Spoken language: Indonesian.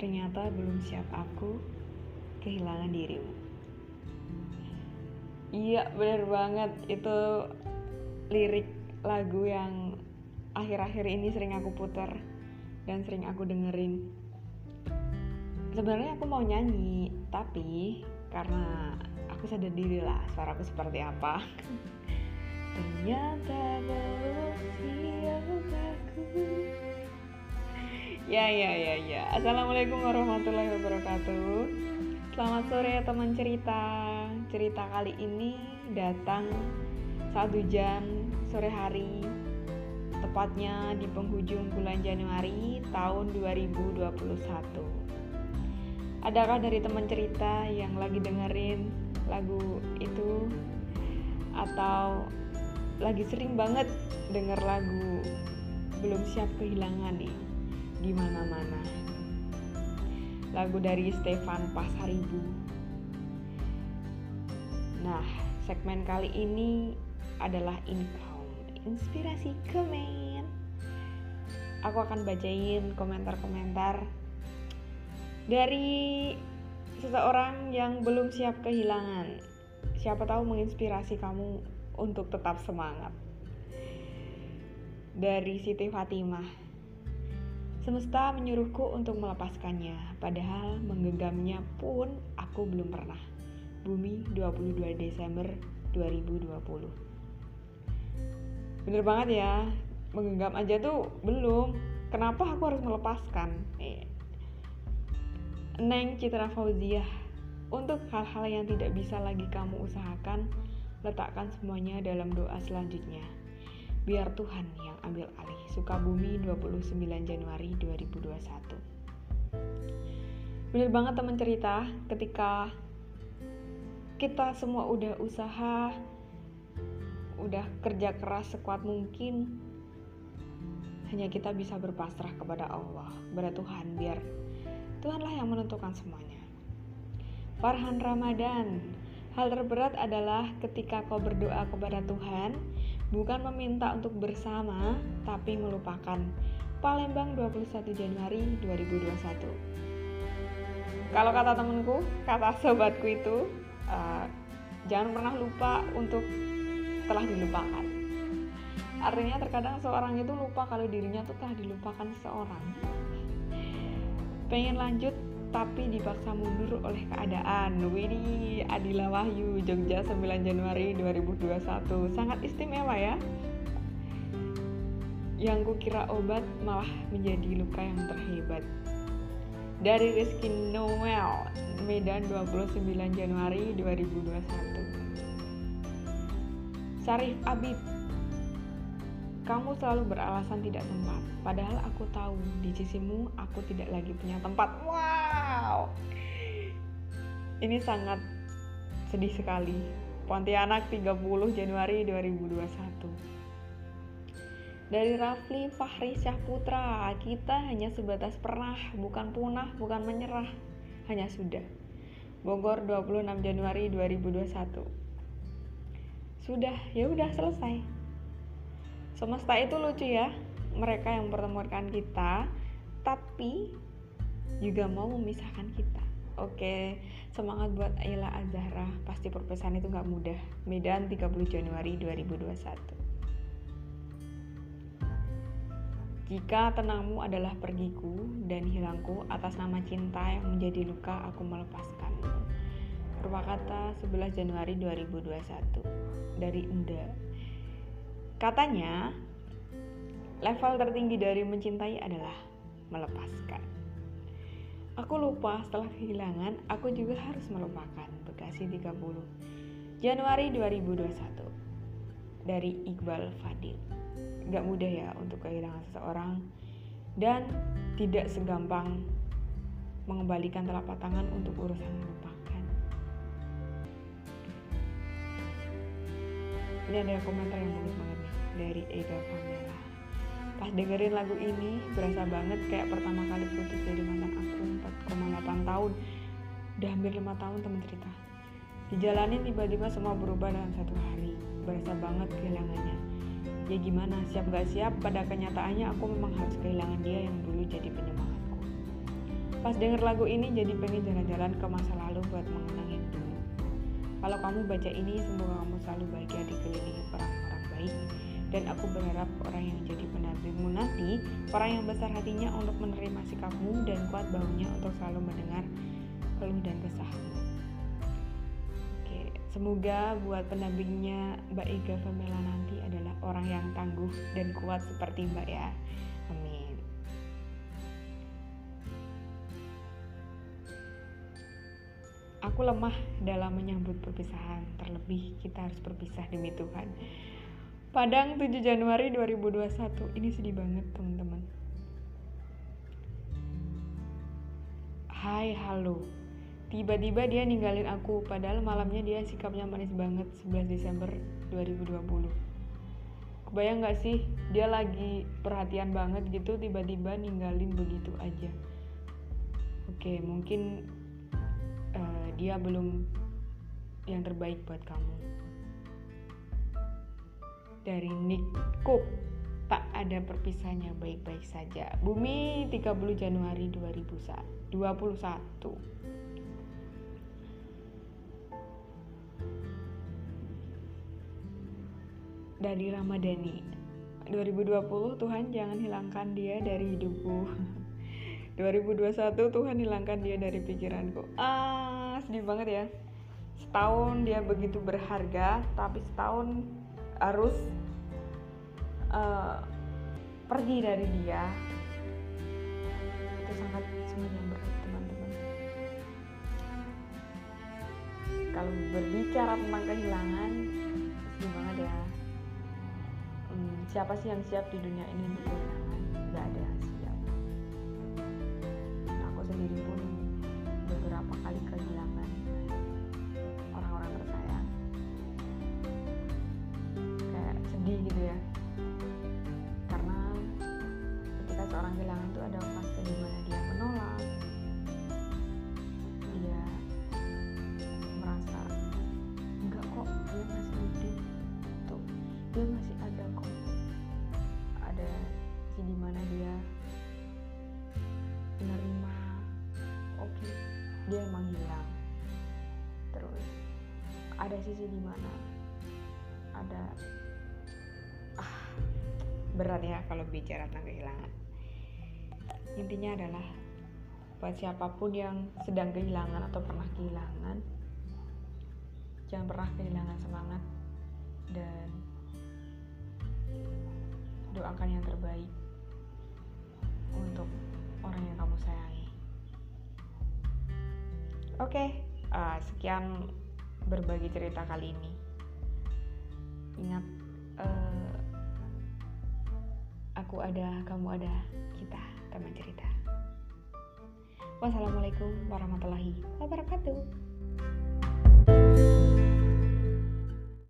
Ternyata belum siap aku kehilangan dirimu. Iya, bener banget. Itu lirik lagu yang akhir-akhir ini sering aku putar dan sering aku dengerin. Sebenarnya aku mau nyanyi, tapi karena aku sadar diri lah suaraku seperti apa. Ternyata belum siap aku. Ya. Assalamualaikum warahmatullahi wabarakatuh. Selamat sore teman cerita. Cerita kali ini datang saat hujan sore hari, tepatnya di penghujung bulan Januari tahun 2021. Adakah dari teman cerita yang lagi dengerin lagu itu, atau lagi sering banget denger lagu Belum Siap Kehilangan nih di mana-mana? Lagu dari Stefan Pasaribu. Nah, segmen kali ini adalah inspirasi komen. Aku akan bacain komentar-komentar dari seseorang yang belum siap kehilangan. Siapa tahu menginspirasi kamu untuk tetap semangat. Dari Siti Fatimah. Semesta menyuruhku untuk melepaskannya, padahal menggenggamnya pun aku belum pernah. Bumi, 22 Desember 2020. Bener banget ya, menggenggam aja tuh belum. Kenapa aku harus melepaskan? Neng Citra Fauziah. Untuk hal-hal yang tidak bisa lagi kamu usahakan, letakkan semuanya dalam doa selanjutnya. Biar Tuhan yang ambil alih. Sukabumi, 29 Januari 2021. Bener banget teman cerita, ketika kita semua udah usaha, udah kerja keras sekuat mungkin, hanya kita bisa berpasrah kepada Allah, kepada Tuhan, biar Tuhanlah yang menentukan semuanya. Farhan Ramadan. Hal terberat adalah ketika kau berdoa kepada Tuhan, bukan meminta untuk bersama, tapi melupakan. Palembang, 21 Januari 2021. Kalau kata temanku, kata sobatku itu, jangan pernah lupa untuk telah dilupakan. Artinya terkadang seorang itu lupa kalau dirinya tuh telah dilupakan seseorang. Pengen lanjut tapi dipaksa mundur oleh keadaan. Widih, Adila Wahyu, Jogja, 9 Januari 2021. Sangat istimewa ya. Yang kukira obat malah menjadi luka yang terhebat. Dari Rizky Noel, Medan, 29 Januari 2021. Syarif Abid. Kamu selalu beralasan tidak sempat, padahal aku tahu di sisimu aku tidak lagi punya tempat. Wow, ini sangat sedih sekali. Pontianak, 30 Januari 2021. Dari Rafli Fahri Syahputra, kita hanya sebatas pernah, bukan punah, bukan menyerah, hanya sudah. Bogor, 26 Januari 2021. Sudah, ya udah selesai. Semesta itu lucu ya, mereka yang mempertemukan kita, tapi juga mau memisahkan kita. Oke, semangat buat Ayla Azahra, pasti perpisahan itu gak mudah. Medan, 30 Januari 2021. Jika tenangmu adalah pergiku dan hilangku, atas nama cinta yang menjadi luka aku melepaskanmu. Purwakarta, 11 Januari 2021. Dari Enda. Katanya, level tertinggi dari mencintai adalah melepaskan. Aku lupa setelah kehilangan, aku juga harus melupakan. Bekasi, 30 Januari 2021. Dari Iqbal Fadil. Gak mudah ya untuk kehilangan seseorang, dan tidak segampang mengembalikan telapak tangan untuk urusan melupakan. Ini ada komentar yang bagus banget nih dari Ega Pamela. Pas dengerin lagu ini berasa banget kayak pertama kali putus dari mantan aku 4,8 tahun. Udah hampir 5 tahun teman cerita. Dijalanin tiba-tiba semua berubah dalam satu hari. Berasa banget kehilangannya. Ya gimana, siap gak siap, pada kenyataannya aku memang harus kehilangan dia yang dulu jadi penyemangatku. Pas denger lagu ini jadi pengen jalan-jalan ke masa lalu buat mengenang yang dulu. Kalau kamu baca ini, semoga kamu selalu bahagia dikelilingi orang-orang baik. Dan aku berharap orang yang jadi pendampingmu nanti, orang yang besar hatinya untuk menerima sikapmu dan kuat bahunya untuk selalu mendengar keluh dan kesahmu. Oke, semoga buat pendampingnya Mbak Ega Famela nanti adalah orang yang tangguh dan kuat seperti Mbak ya. Amin. Aku lemah dalam menyambut perpisahan, terlebih kita harus berpisah demi Tuhan. Padang 7 Januari 2021. Ini sedih banget teman-teman. Hai, halo. Tiba-tiba dia ninggalin aku, padahal malamnya dia sikapnya manis banget. 11 Desember 2020. Kebayang gak sih, dia lagi perhatian banget gitu, tiba-tiba ninggalin begitu aja. Oke, mungkin dia belum yang terbaik buat kamu. Dari Nick Cook, tak ada perpisahannya, baik-baik saja. Bumi 30 Januari 2021. Dari Ramadhani, 2020, Tuhan jangan hilangkan dia dari hidupku. 2021, Tuhan hilangkan dia dari pikiranku. Sedih banget ya. Setahun dia begitu berharga, tapi setahun harus pergi dari dia. Itu sangat yang berat teman-teman. Kalau berbicara tentang kehilangan, sedih banget ya. Siapa sih yang siap di dunia ini untuk kehilangan? Gak ada yang siap. Aku sendiri pun beberapa kali kehilangan orang-orang tersayang. Kayak sedih gitu ya. Karena ketika seorang kehilangan itu ada fase di mana dia menolak, dia merasa enggak kok, dia masih hidup, tuh dia masih ada kok. Ada sisi di mana dia menerima, oke, dia emang hilang. Terus ada sisi di mana ada berat ya kalau bicara tentang kehilangan. Intinya adalah buat siapapun yang sedang kehilangan atau pernah kehilangan, jangan pernah kehilangan semangat dan doakan yang terbaik untuk orang yang kamu sayangi. Oke, sekian berbagi cerita kali ini. Ingat, aku ada, kamu ada, kita teman cerita. Wassalamualaikum warahmatullahi wabarakatuh.